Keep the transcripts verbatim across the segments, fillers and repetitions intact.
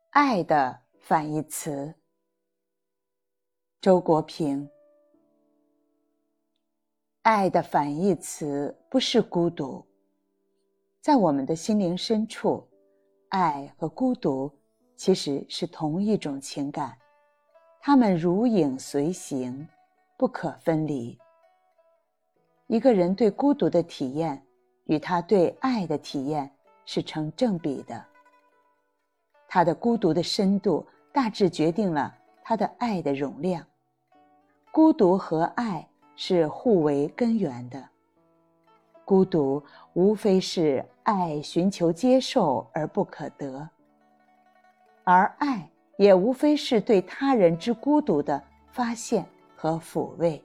爱的反义词。周国平。爱的反义词不是孤独。在我们的心灵深处，爱和孤独其实是同一种情感，它们如影随形，不可分离。一个人对孤独的体验与他对爱的体验是成正比的。他的孤独的深度大致决定了他的爱的容量。孤独和爱是互为根源的。孤独无非是爱寻求接受而不可得，而爱也无非是对他人之孤独的发现和抚慰。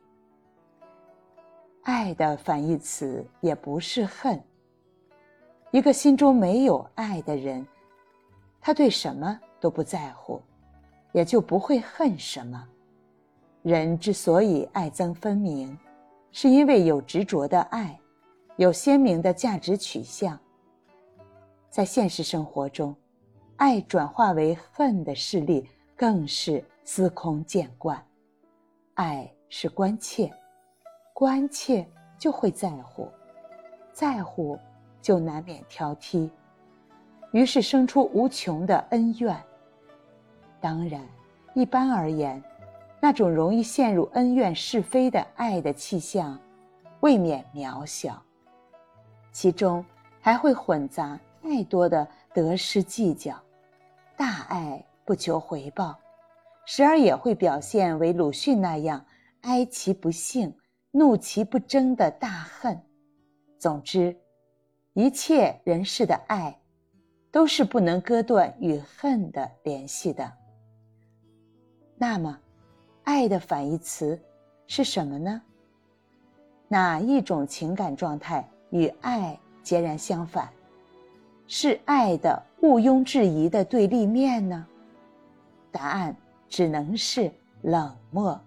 爱的反义词也不是恨。一个心中没有爱的人，他对什么都不在乎，也就不会恨什么。人之所以爱憎分明，是因为有执着的爱，有鲜明的价值取向。在现实生活中，爱转化为恨的事例更是司空见惯。爱是关切，关切就会在乎，在乎就难免挑剔，于是生出无穷的恩怨。当然，一般而言，那种容易陷入恩怨是非的爱的气象未免渺小，其中还会混杂太多的得失计较。大爱不求回报，时而也会表现为鲁迅那样哀其不幸，怒其不争的大恨。总之，一切人世的爱都是不能割断与恨的联系的。那么爱的反义词是什么呢？哪一种情感状态与爱截然相反，是爱的毋庸置疑的对立面呢？答案只能是冷漠。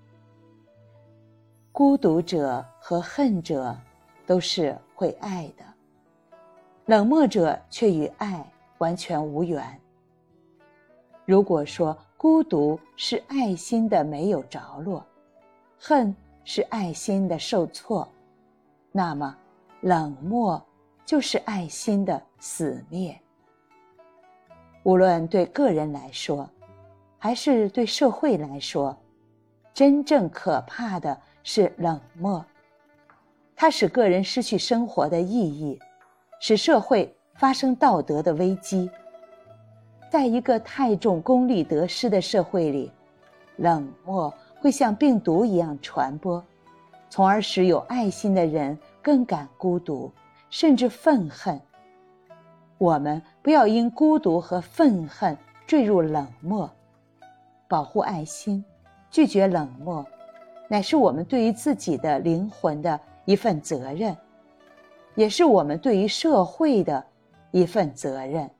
孤独者和恨者都是会爱的，冷漠者却与爱完全无缘。如果说孤独是爱心的没有着落，恨是爱心的受挫，那么冷漠就是爱心的死灭。无论对个人来说，还是对社会来说，真正可怕的是冷漠。它使个人失去生活的意义，使社会发生道德的危机。在一个太重功利得失的社会里，冷漠会像病毒一样传播，从而使有爱心的人更感孤独，甚至愤恨。我们不要因孤独和愤恨坠入冷漠。保护爱心，拒绝冷漠，乃是我们对于自己的灵魂的一份责任，也是我们对于社会的一份责任。